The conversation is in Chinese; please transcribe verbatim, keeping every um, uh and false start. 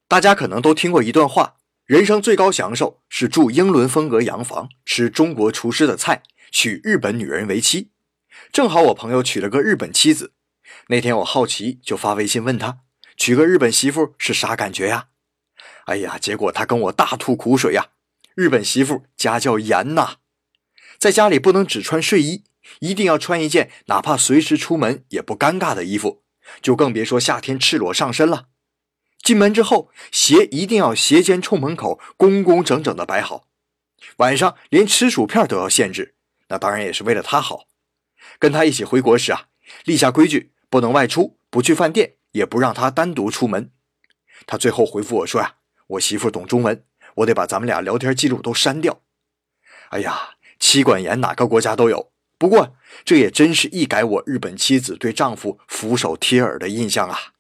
大家可能都听过一段话，人生最高享受是住英伦风格洋房，吃中国厨师的菜，娶日本女人为妻。正好我朋友娶了个日本妻子，那天我好奇就发微信问他，娶个日本媳妇是啥感觉呀？哎呀，结果他跟我大吐苦水呀，日本媳妇家教严呐，在家里不能只穿睡衣，一定要穿一件哪怕随时出门也不尴尬的衣服，就更别说夏天赤裸上身了。进门之后，鞋一定要斜肩冲门口，工工整整的摆好。晚上连吃薯片都要限制，那当然也是为了他好。跟他一起回国时啊，立下规矩，不能外出，不去饭店，也不让他单独出门。他最后回复我说呀、啊，我媳妇懂中文，我得把咱们俩聊天记录都删掉。哎呀，妻管严哪个国家都有，不过这也真是一改我日本妻子对丈夫俯首帖耳的印象啊。